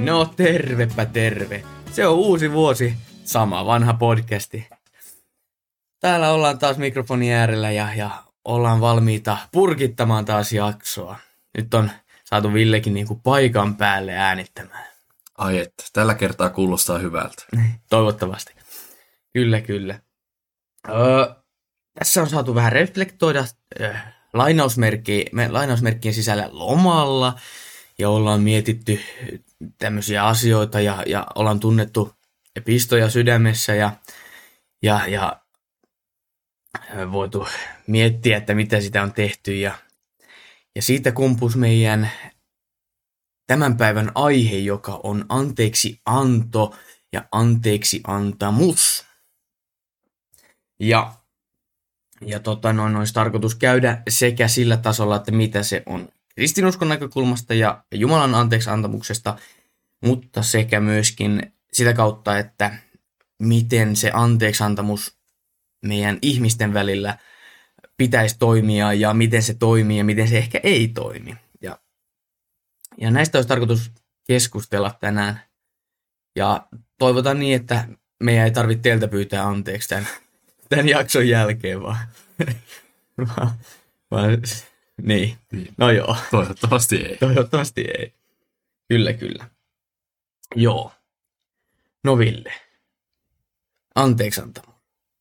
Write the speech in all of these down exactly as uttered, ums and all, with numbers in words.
No tervepä terve. Se on uusi vuosi, sama vanha podcasti. Täällä ollaan taas mikrofonin äärellä ja, ja ollaan valmiita purkittamaan taas jaksoa. Nyt on saatu Villekin niinku paikan päälle äänittämään. Ai että, tällä kertaa kuulostaa hyvältä. Toivottavasti. Kyllä, kyllä. Öö, tässä on saatu vähän reflektoida äh, lainausmerkki, me, lainausmerkkien sisällä lomalla. Ja ollaan mietitty tämmöisiä asioita ja, ja ollaan tunnettu pistoja sydämessä ja, ja, ja voitu miettiä, että mitä sitä on tehty. Ja, ja siitä kumpus meidän tämän päivän aihe, joka on anteeksi anto ja anteeksi antamus. Ja, ja tota, noin olisi tarkoitus käydä sekä sillä tasolla, että mitä se on kristinuskon näkökulmasta ja Jumalan anteeksiantamuksesta, mutta sekä myöskin sitä kautta, että miten se anteeksiantamus meidän ihmisten välillä pitäisi toimia ja miten se toimii ja miten se ehkä ei toimi. Ja, ja näistä olisi tarkoitus keskustella tänään. Ja toivotaan niin, että meidän ei tarvitse teiltä pyytää anteeksi tämän, tämän jakson jälkeen, vaan, vaan, vaan niin. No joo. Toivottavasti ei. Toivottavasti ei. Kyllä, kyllä. Joo. No Ville. Anteeksi antamus.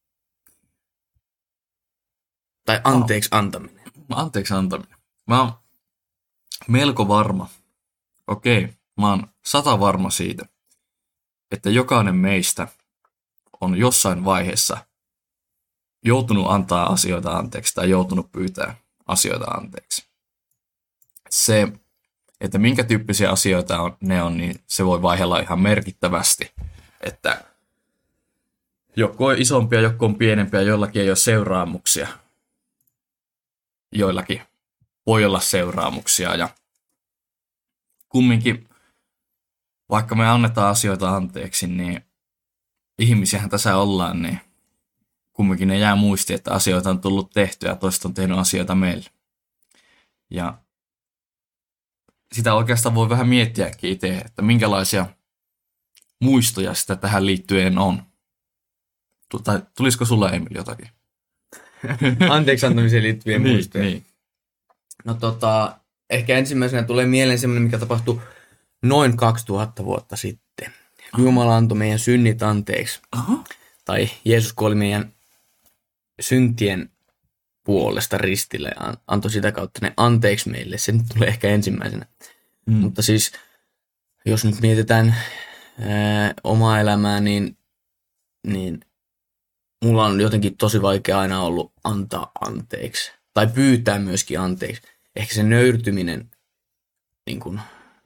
Tai anteeksi antaminen. Anteeksi antaminen. Mä oon melko varma. Okei, mä oon sata varma siitä, että jokainen meistä on jossain vaiheessa joutunut antaa asioita anteeksi tai joutunut pyytää asioita anteeksi. Se, että minkä tyyppisiä asioita on, ne on, niin se voi vaihella ihan merkittävästi. Että joku on isompia, joku on pienempiä, joillakin ei ole seuraamuksia. Joillakin voi olla seuraamuksia. Ja kumminkin, vaikka me annetaan asioita anteeksi, niin ihmisiähän tässä ollaan, niin kumminkin ne jää muistiin, että asioita on tullut tehtyä ja toiset on tehnyt asioita meille. Ja sitä oikeastaan voi vähän miettiäkin itse, että minkälaisia muistoja sitä tähän liittyen on. Tai tulisiko sulla, Emil, jotakin? Anteeksi antamiseen liittyviä niin, muistoja. Niin. No tota, ehkä ensimmäisenä tulee mieleen semmoinen, mikä tapahtui noin kaksituhatta vuotta sitten. Jumala antoi meidän synnit anteeksi. Aha. Tai Jeesus kuoli meidän syntien puolesta ristille ja antoi sitä kautta ne anteeksi meille. Se nyt tulee ehkä ensimmäisenä. Mm. Mutta siis, jos nyt mietitään ää, omaa elämää, niin, niin mulla on jotenkin tosi vaikea aina ollut antaa anteeksi. Tai pyytää myöskin anteeksi. Ehkä se nöyrtyminen, niin kun,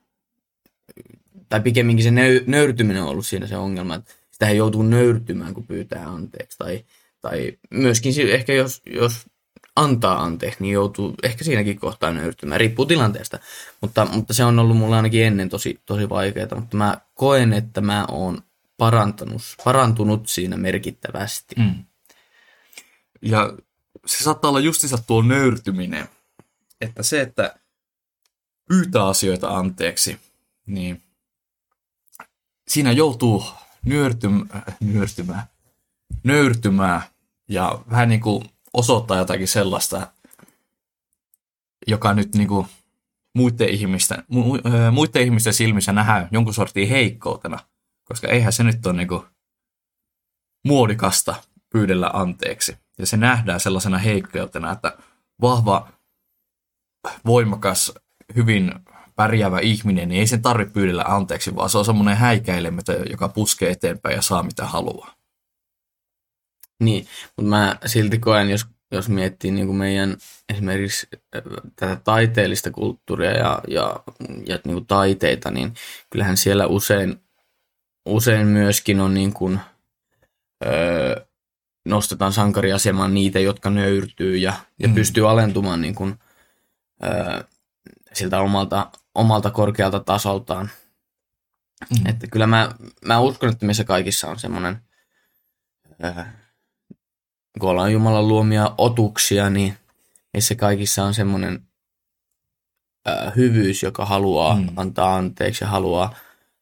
tai pikemminkin se nöy, nöyrtyminen on ollut siinä se ongelma, että sitä joutuu nöyrtymään, kun pyytää anteeksi. Tai, tai myöskin ehkä jos, jos antaa anteeksi, niin joutuu ehkä siinäkin kohtaa nöyrtymään. Riippuu tilanteesta. Mutta, mutta se on ollut mulle ainakin ennen tosi, tosi vaikeaa. Mutta mä koen, että mä oon parantunut, parantunut siinä merkittävästi. Mm. Ja se saattaa olla justiinsa tuo nöyrtyminen. Että se, että pyytää asioita anteeksi, niin siinä joutuu nöyrtymään, nöyrtymään, nöyrtymään ja vähän niin kuin osoittaa jotakin sellaista, joka nyt niin kuin muiden ihmisten, mu, muiden ihmisten silmissä nähdään jonkun sortin heikkoutena, koska eihän se nyt ole niin kuin muodikasta pyydellä anteeksi. Ja se nähdään sellaisena heikkoutena, että vahva, voimakas, hyvin pärjäävä ihminen, niin ei sen tarvitse pyydellä anteeksi, vaan se on semmoinen häikäilemätön, joka puskee eteenpäin ja saa mitä haluaa. Niin, mutta mä silti koen, jos, jos miettii niin kuin meidän esimerkiksi tätä taiteellista kulttuuria ja, ja, ja niin kuin taiteita, niin kyllähän siellä usein, usein myöskin on niin kuin, öö, nostetaan sankariasemaan niitä, jotka nöyrtyy ja, ja mm. pystyy alentumaan niin kuin, öö, siltä omalta, omalta korkealta tasoltaan. Mm. Että kyllä mä, mä uskon, että meissä kaikissa on semmoinen, öö, kun ollaan Jumalan luomia otuksia, niin meissä kaikissa on semmoinen öö, hyvyys, joka haluaa mm. antaa anteeksi ja haluaa,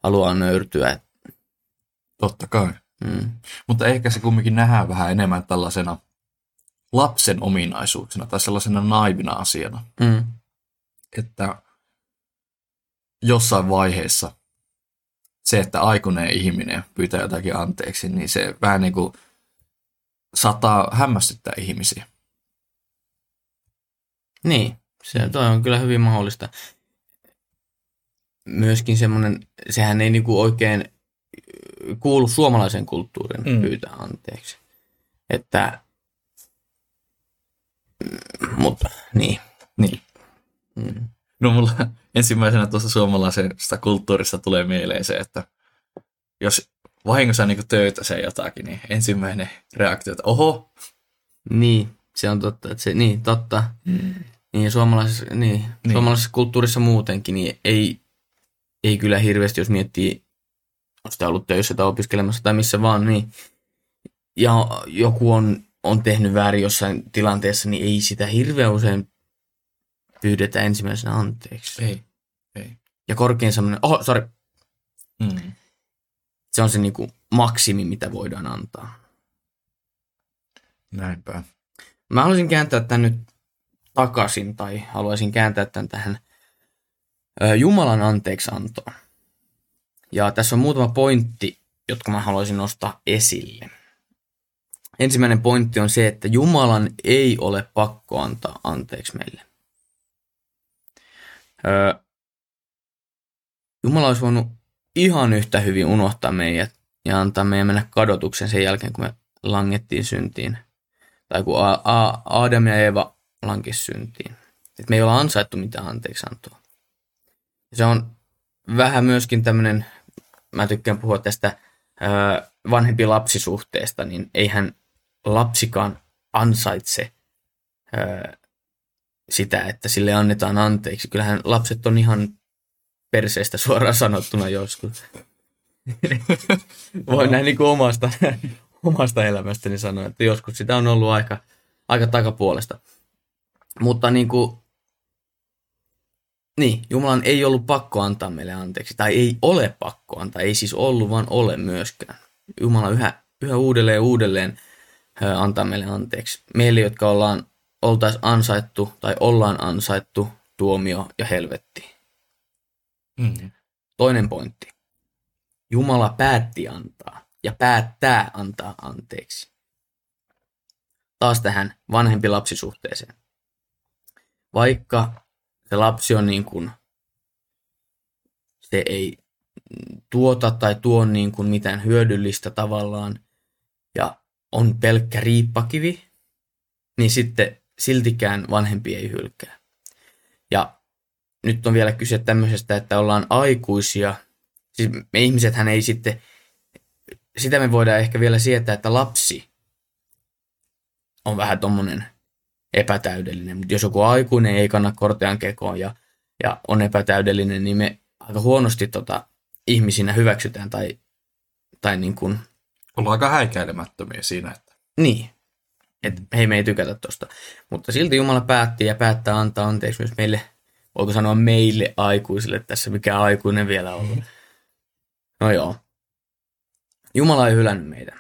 haluaa nöyrtyä. Totta kai. Mm. Mutta ehkä se kumminkin nähdään vähän enemmän tällaisena lapsen ominaisuuksena tai sellaisena naivina asiana. Mm. Että jossain vaiheessa se, että aikuinen ihminen pyytää jotakin anteeksi, niin se vähän niin kuin saattaa hämmästyttää ihmisiä. Niin, se toi on kyllä hyvin mahdollista. Myöskin semmoinen, sehän ei niinku oikein kuulu suomalaisen kulttuurin mm. pyytää anteeksi. Että, mutta niin. Niin. Mm. No mulla ensimmäisenä tuossa suomalaisesta kulttuurista tulee mieleen se, että jos vahingossa niin töytäsee jotakin, niin ensimmäinen reaktio, että oho. Niin, se on totta. Että se, niin, totta. Mm. Niin, suomalaisessa, niin, niin. suomalaisessa kulttuurissa muutenkin niin ei, ei kyllä hirveästi, jos miettii, on sitä ollut töissä tai opiskelemassa tai missä vaan, niin ja joku on, on tehnyt väärin jossain tilanteessa, niin ei sitä hirveän usein pyydetä ensimmäisenä anteeksi. Ei, ei. Ja korkein semmoinen, oho, sori. Mm. Se on se niinku maksimi, mitä voidaan antaa. Näinpä. Mä haluaisin kääntää tämän nyt takaisin, tai haluaisin kääntää tämän tähän ö, Jumalan anteeksiantoon. Ja tässä on muutama pointti, jotka mä haluaisin nostaa esille. Ensimmäinen pointti on se, että Jumalan ei ole pakko antaa anteeksi meille. Öö, Jumala olisi voinut ihan yhtä hyvin unohtaa meidät ja antaa meidän mennä kadotuksen sen jälkeen, kun me langettiin syntiin. Tai kun A- A- Adam ja Eeva lankisi syntiin. Et me ei olla ansaittu mitään anteeksiantoa. Se on vähän myöskin tämmöinen, mä tykkään puhua tästä öö, vanhempi-lapsisuhteesta, niin eihän lapsikaan ansaitse öö, sitä, että sille annetaan anteeksi. Kyllähän lapset on ihan perseestä suoraan sanottuna joskus. Voin näin niin kuin omasta, omasta elämästäni sanoa, että joskus sitä on ollut aika, aika takapuolesta. Mutta niin kuin, niin, Jumalan ei ollut pakko antaa meille anteeksi, tai ei ole pakko antaa, ei siis ollut, vaan ole myöskään. Jumala yhä, yhä uudelleen ja uudelleen antaa meille anteeksi. Meille, jotka ollaan, oltaisiin ansaittu tai ollaan ansaittu tuomio ja helvetti. Mm. Toinen pointti. Jumala päätti antaa ja päättää antaa anteeksi. Taas tähän vanhempi lapsisuhteeseen. Vaikka se lapsi on niin kuin, se ei tuota tai tuo niin kuin mitään hyödyllistä tavallaan ja on pelkkä riippakivi, niin sitten siltikään vanhempi ei hylkää. Ja nyt on vielä kyse tämmöisestä, että ollaan aikuisia. Siis me ihmisethän ei sitten, sitä me voidaan ehkä vielä sietää, että lapsi on vähän tommonen epätäydellinen. Mutta jos joku aikuinen ei kanna kortean kekoon ja, ja on epätäydellinen, niin me aika huonosti tota, ihmisinä hyväksytään tai, tai niin kuin... Ollaan aika häikäilemättömiä siinä, että... Niin, että hei, me ei tykätä tosta. Mutta silti Jumala päätti ja päättää antaa anteeksi myös meille, voiko sanoa meille aikuisille tässä, mikä aikuinen vielä on. No joo. Jumala ei hylännyt meitä.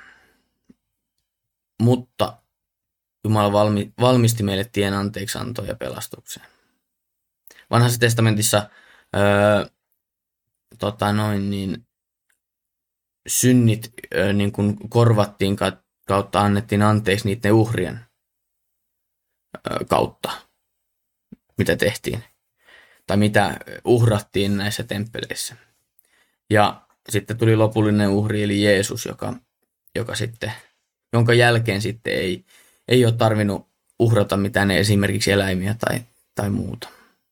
Mutta Jumala valmi, valmisti meille tien anteeksiantoon ja pelastukseen. Vanhassa testamentissa öö, tota noin, niin, synnit öö, niin kuin korvattiin kautta annettiin anteeksi niiden uhrien öö, kautta, mitä tehtiin. Tai mitä uhrattiin näissä temppeleissä. Ja sitten tuli lopullinen uhri, eli Jeesus, joka, joka sitten, jonka jälkeen sitten ei, ei ole tarvinnut uhrata mitään esimerkiksi eläimiä tai, tai muuta.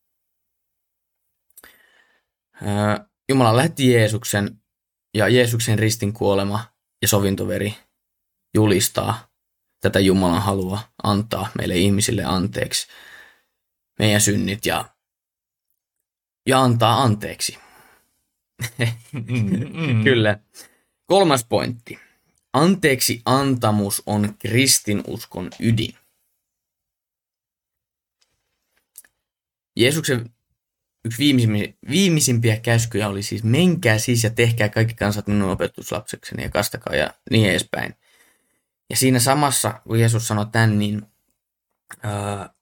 Jumala lähetti Jeesuksen, ja Jeesuksen ristin kuolema ja sovintoveri julistaa tätä Jumalan halua antaa meille ihmisille anteeksi meidän synnit ja, ja antaa anteeksi. Kyllä. Kolmas pointti. Anteeksi antamus on kristinuskon ydin. Jeesuksen yksi viimeisimpiä, viimeisimpiä käskyjä oli siis menkää siis ja tehkää kaikki kansat minun opetuslapsekseni ja kastakaa ja niin edespäin. Ja siinä samassa, kun Jeesus sanoi tämän, niin ää,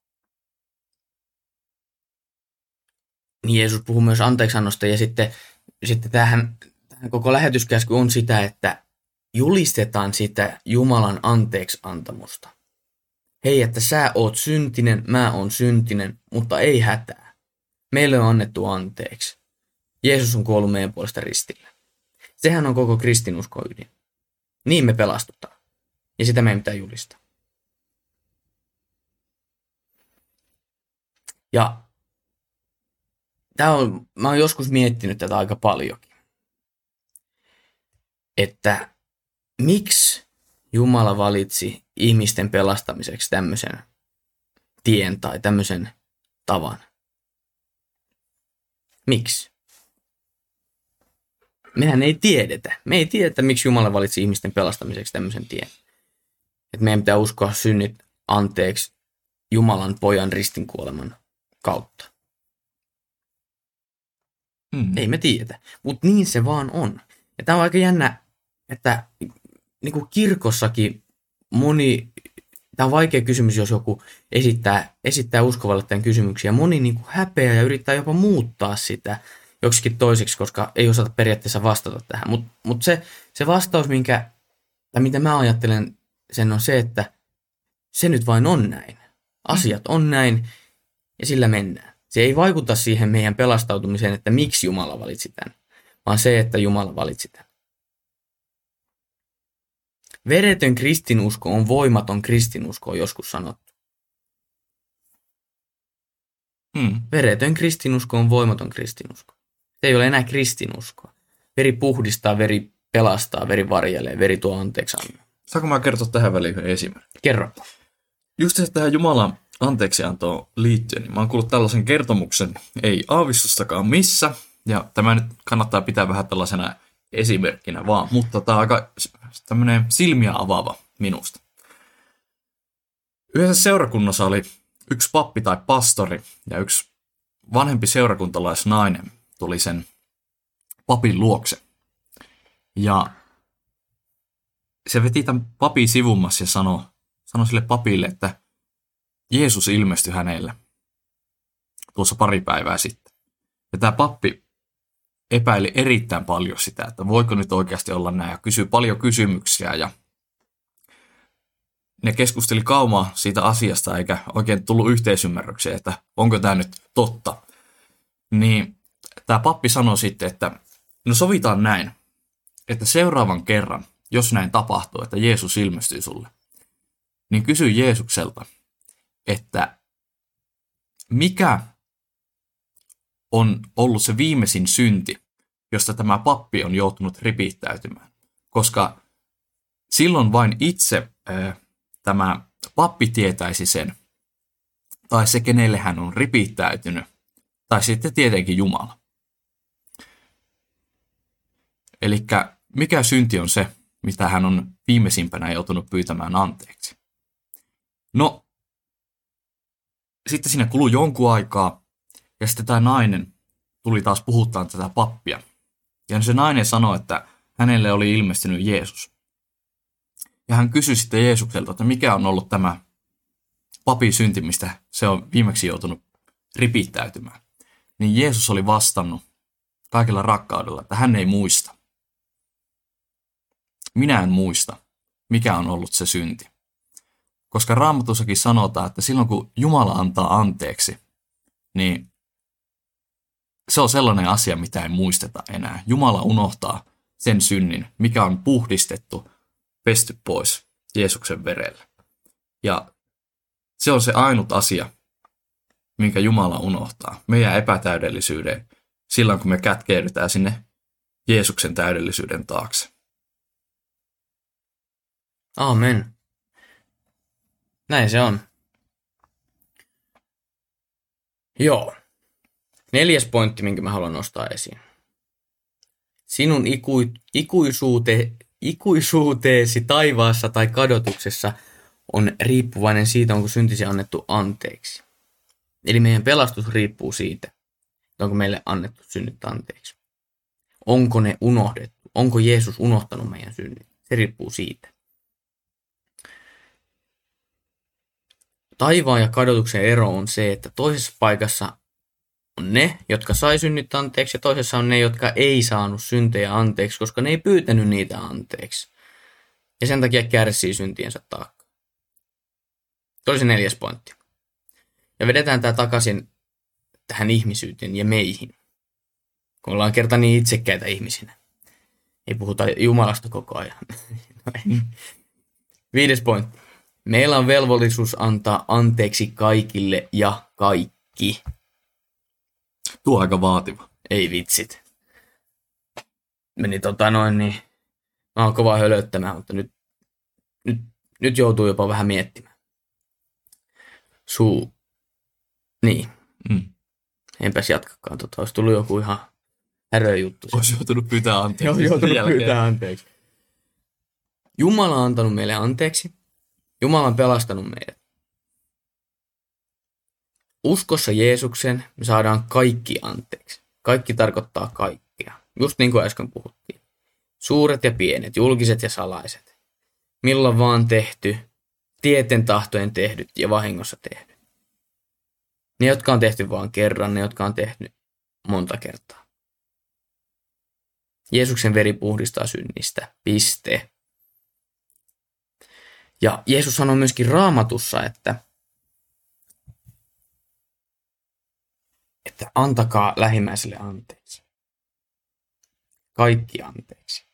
niin Jeesus puhuu myös anteeksiannosta ja sitten, sitten tähän, tähän koko lähetyskäsky on sitä, että julistetaan sitä Jumalan anteeksiantamusta. Hei, että sä oot syntinen, mä oon syntinen, mutta ei hätää. Meille on annettu anteeksi. Jeesus on kuollut meidän puolesta ristillä. Sehän on koko kristinuskon ydin. Niin me pelastutaan. Ja sitä meidän pitää julistaa. Ja tää on, mä oon joskus miettinyt tätä aika paljonkin. Että miksi Jumala valitsi ihmisten pelastamiseksi tämmöisen tien tai tämmöisen tavan? Miksi? Mehän ei tiedetä. Me ei tiedetä, miksi Jumala valitsi ihmisten pelastamiseksi tämmöisen tien. Että meidän pitää uskoa synnit anteeksi Jumalan pojan ristinkuoleman kautta. Mm. Ei me tiedetä, mutta niin se vaan on. Ja tämä on aika jännä, että niin kuin kirkossakin moni, tämä on vaikea kysymys, jos joku esittää, esittää uskovalle tämän kysymyksiä. Moni niin kuin häpeää ja yrittää jopa muuttaa sitä joksikin toiseksi, koska ei osata periaatteessa vastata tähän. Mutta mut se, se vastaus, minkä, tai mitä mä ajattelen, sen on se, että se nyt vain on näin. Asiat on näin ja sillä mennään. Se ei vaikuta siihen meidän pelastautumiseen, että miksi Jumala valitsi tämän, vaan se, että Jumala valitsi tämän. Veretön kristinusko on voimaton kristinusko, on joskus sanottu. Hmm. Veretön kristinusko on voimaton kristinusko. Se ei ole enää kristinuskoa. Veri puhdistaa, veri pelastaa, veri varjelee, veri tuo anteeksi antaa. Saanko mä kertoa tähän väliin yhden esimerkin? Kerro. Just se tähän Jumalan anteeksiantoon liittyen, niin mä oon kuullut tällaisen kertomuksen, ei aavistustakaan missä, ja tämä nyt kannattaa pitää vähän tällaisena esimerkkinä vaan, mutta tämä on aika tämmöinen silmiä avaava minusta. Yhdessä seurakunnassa oli yksi pappi tai pastori ja yksi vanhempi seurakuntalaisnainen tuli sen papin luokse. Ja se veti tämän papin sivummassa ja sanoi, sanoi sille papille, että Jeesus ilmestyi hänelle tuossa pari päivää sitten. Ja tämä pappi epäili erittäin paljon sitä, että voiko nyt oikeasti olla näin, ja kysyi paljon kysymyksiä, ja ne keskusteli kaumaa siitä asiasta, eikä oikein tullut yhteisymmärrykseen, että onko tämä nyt totta. Niin tämä pappi sanoi sitten, että no sovitaan näin, että seuraavan kerran, jos näin tapahtuu, että Jeesus ilmestyy sulle, niin kysy Jeesukselta, että mikä on ollut se viimeisin synti, josta tämä pappi on joutunut ripittäytymään. Koska silloin vain itse ää, tämä pappi tietäisi sen, tai se, kenelle hän on ripittäytynyt, tai sitten tietenkin Jumala. Eli mikä synti on se, mitä hän on viimeisimpänä joutunut pyytämään anteeksi? No, sitten siinä kului jonkun aikaa, ja sitten tämä nainen tuli taas puhuttaan tätä pappia. Ja se nainen sanoi, että hänelle oli ilmestynyt Jeesus. Ja hän kysyi sitten Jeesukselta, että mikä on ollut tämä papin synti, mistä se on viimeksi joutunut ripittäytymään. Niin Jeesus oli vastannut kaikella rakkaudella, että hän ei muista. Minä en muista, mikä on ollut se synti. Koska Raamatussakin sanotaan, että silloin kun Jumala antaa anteeksi, niin se on sellainen asia, mitä ei muisteta enää. Jumala unohtaa sen synnin, mikä on puhdistettu, pesty pois Jeesuksen verellä. Ja se on se ainut asia, minkä Jumala unohtaa. Meidän epätäydellisyyden silloin, kun me kätkeydytään sinne Jeesuksen täydellisyyden taakse. Amen. Näin se on. Joo. Neljäs pointti, minkä mä haluan nostaa esiin. Sinun iku, ikuisuute, ikuisuuteesi taivaassa tai kadotuksessa on riippuvainen siitä, onko syntisi annettu anteeksi. Eli meidän pelastus riippuu siitä, onko meille annettu synnit anteeksi. Onko ne unohdettu? Onko Jeesus unohtanut meidän synnit? Se riippuu siitä. Taivaan ja kadotuksen ero on se, että toisessa paikassa on ne, jotka sai synnit anteeksi, ja toisessa on ne, jotka ei saanut syntejä anteeksi, koska ne ei pyytänyt niitä anteeksi. Ja sen takia kärsii syntiensä taakka. Tuo oli se neljäs pointti. Ja vedetään tämä takaisin tähän ihmisyyteen ja meihin. Kun ollaan kerta niin itsekkäitä ihmisinä. Ei puhuta Jumalasta koko ajan. Viides pointti. Meillä on velvollisuus antaa anteeksi kaikille ja kaikki. Tuo aika vaativa. Ei vitsit. Meni tota noin niin. Mä oon kova hölöttämään, mutta nyt, nyt, nyt joutuu jopa vähän miettimään. Suu. Niin. Mm. Enpäs jatkakaan. Tota, olisi tullut joku ihan häröä juttu. Olisi joutunut pyytää anteeksi. Joo, joutunut pyytää anteeksi. Jumala on antanut meille anteeksi. Jumala on pelastanut meidät. Uskossa Jeesuksen me saadaan kaikki anteeksi. Kaikki tarkoittaa kaikkea. Just niin kuin äsken puhuttiin. Suuret ja pienet, julkiset ja salaiset. Milloin vaan tehty, tieten tahtojen tehdyt ja vahingossa tehdyt. Ne, jotka on tehty vain kerran, ne, jotka on tehty monta kertaa. Jeesuksen veri puhdistaa synnistä. Piste. Ja Jeesus sanoo myöskin Raamatussa, että, että antakaa lähimmäiselle anteeksi. Kaikki anteeksi.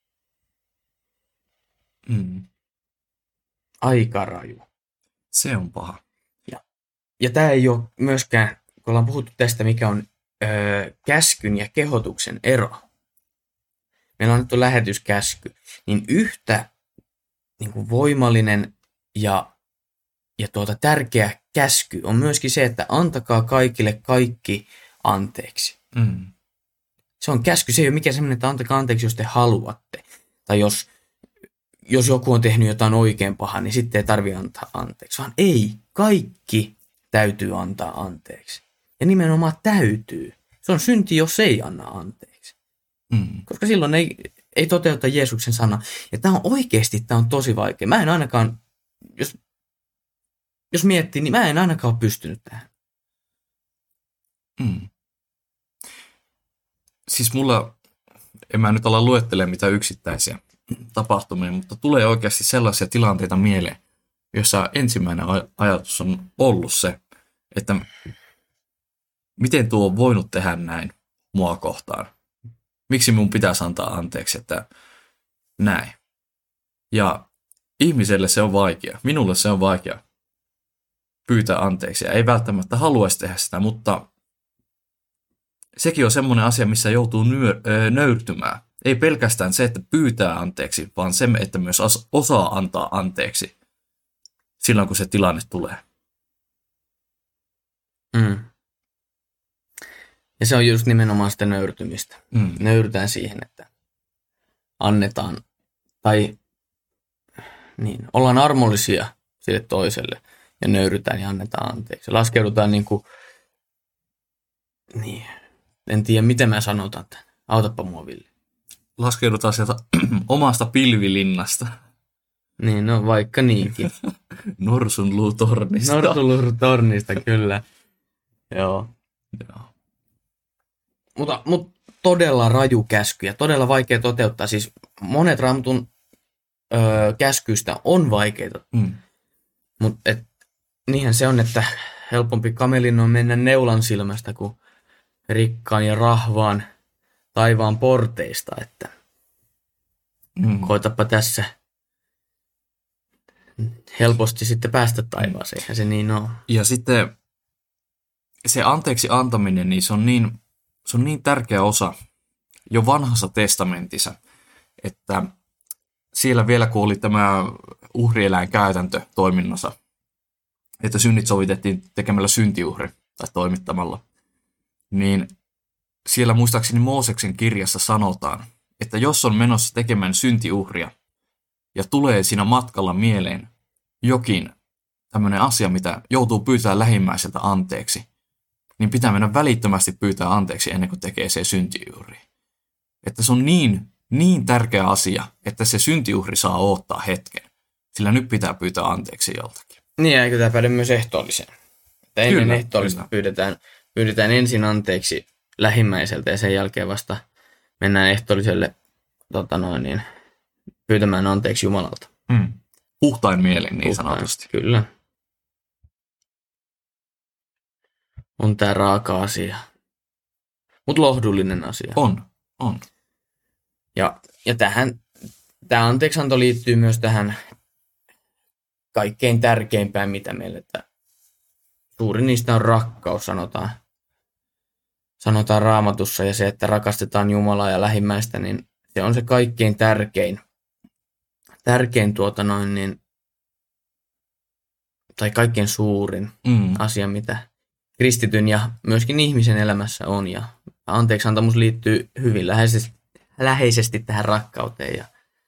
Mm. Aika raju. Se on paha. Ja, ja tämä ei ole myöskään, kun ollaan puhuttu tästä, mikä on öö, käskyn ja kehotuksen ero. Meillä on annettu lähetyskäsky, niin yhtä niin kuin voimallinen ja, ja tuota, tärkeä käsky on myöskin se, että antakaa kaikille kaikki anteeksi. Mm. Se on käsky, se ei ole mikään semmoinen, että antakaa anteeksi, jos te haluatte. Tai jos, jos joku on tehnyt jotain oikein pahaa, niin sitten ei tarvitse antaa anteeksi. Vaan ei, kaikki täytyy antaa anteeksi. Ja nimenomaan täytyy. Se on synti, jos ei anna anteeksi. Mm. Koska silloin ei, ei toteuta Jeesuksen sana. Ja tämä on oikeasti, tämä on tosi vaikea. Mä en ainakaan, jos, jos miettii, niin mä en ainakaan ole pystynyt tähän. Mm. Siis mulla, en mä nyt ala luettelemaan mitään yksittäisiä tapahtumia, mutta tulee oikeasti sellaisia tilanteita mieleen, jossa ensimmäinen aj- ajatus on ollut se, että miten tuo on voinut tehdä näin mua kohtaan. Miksi mun pitäisi antaa anteeksi, että näin. Ja ihmiselle se on vaikea, minulle se on vaikea pyytää anteeksi. Ja ei välttämättä haluaisi tehdä sitä, mutta sekin on semmoinen asia, missä joutuu nyö, ö, nöyrtymään. Ei pelkästään se, että pyytää anteeksi, vaan se, että myös osaa antaa anteeksi silloin, kun se tilanne tulee. Mm. Ja se on just nimenomaan sitä nöyrtymistä. Mm. Nöyrytään siihen, että annetaan, tai niin, ollaan armollisia sille toiselle, ja nöyrytään ja annetaan anteeksi. Laskeudutaan niin kuin, niin, en tiedä miten mä sanotaan tämän. Autapa mua, Villi. Laskeudutaan sieltä omasta pilvilinnasta. Niin, no vaikka niinkin. Norsunluutornista. Norsunluutornista, kyllä. Joo. Joo. Mutta, mutta todella raju käsky ja todella vaikea toteuttaa. Siis monet Raamatun öö, käskyistä on vaikeita. Mm. Mutta niinhän se on, että helpompi kamelin on mennä neulan silmästä kuin rikkaan ja rahvaan taivaan porteista. Että Mm. koitapa tässä helposti sitten päästä taivaaseen. Eihän se niin ole. Ja sitten se anteeksi antaminen, niin se on niin, se on niin tärkeä osa jo vanhassa testamentissa, että siellä vielä kun oli tämä uhrieläinkäytäntö toiminnassa, että synnit sovitettiin tekemällä syntiuhri tai toimittamalla, niin siellä muistaakseni Mooseksen kirjassa sanotaan, että jos on menossa tekemään syntiuhria ja tulee siinä matkalla mieleen jokin tämmöinen asia, mitä joutuu pyytämään lähimmäiseltä anteeksi, niin pitää mennä välittömästi pyytää anteeksi ennen kuin tekee se syntijuhri. Että se on niin, niin tärkeä asia, että se syntijuhri saa odottaa hetken. Sillä nyt pitää pyytää anteeksi joltakin. Niin, eikö tämä päde myös ehtoolliseen? Että ennen Kyllä, ehtoollista kyllä. pyydetään, pyydetään ensin anteeksi lähimmäiseltä ja sen jälkeen vasta mennään ehtoolliselle tota noin, niin, pyytämään anteeksi Jumalalta. Mm. Puhtain mielin niin Puhtaan, sanotusti. Kyllä. On tää raaka asia. Mut lohdullinen asia. On, on. Ja, ja tähän, tämä anteeksianto liittyy myös tähän kaikkein tärkeimpään, mitä meille, että suuri niistä on rakkaus, sanotaan, sanotaan Raamatussa, ja se, että rakastetaan Jumalaa ja lähimmäistä, niin se on se kaikkein tärkein, tärkein tuota noin, niin, tai kaikkein suurin Mm. asia, mitä kristityn ja myöskin ihmisen elämässä on, ja anteeksiantamus liittyy hyvin läheisesti, läheisesti tähän rakkauteen, ja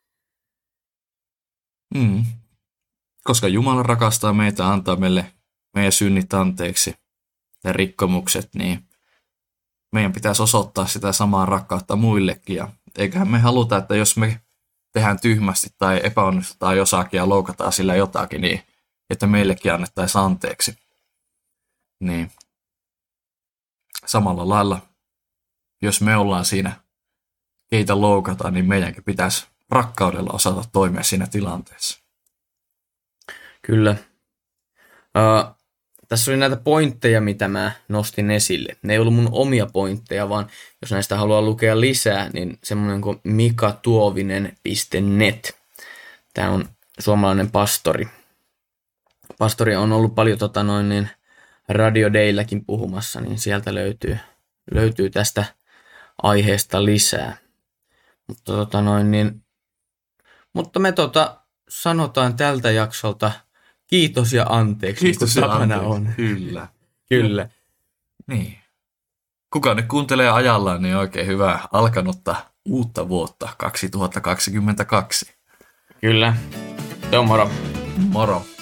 Mm. Koska Jumala rakastaa meitä, antaa meille meidän synnit anteeksi ja rikkomukset, niin meidän pitäisi osoittaa sitä samaa rakkautta muillekin. Ja eiköhän me haluta, että jos me tehdään tyhmästi tai epäonnistutaan jossakin ja loukataan sillä jotakin, niin että meillekin annettaisiin anteeksi. Niin samalla lailla, jos me ollaan siinä, keitä loukataan, niin meidänkin pitäisi rakkaudella osata toimia siinä tilanteessa. Kyllä. Uh, tässä oli näitä pointteja, mitä mä nostin esille. Ne ei ollut mun omia pointteja, vaan jos näistä haluaa lukea lisää, niin semmoinen kuin mikatuovinen piste net. Tämä on suomalainen pastori. Pastori on ollut paljon tota noin, niin Radio Daylläkin puhumassa, niin sieltä löytyy, löytyy tästä aiheesta lisää. Mutta, tota noin, niin, mutta me tota, sanotaan tältä jaksolta kiitos ja anteeksi. Kiitos niin ja kuin tapana anteeksi. on. Kyllä. Kyllä. Niin. Kuka nyt kuuntelee ajallaan, niin oikein hyvää alkanutta uutta vuotta kaksituhattakaksikymmentäkaksi. Kyllä. Se on moro. Moro.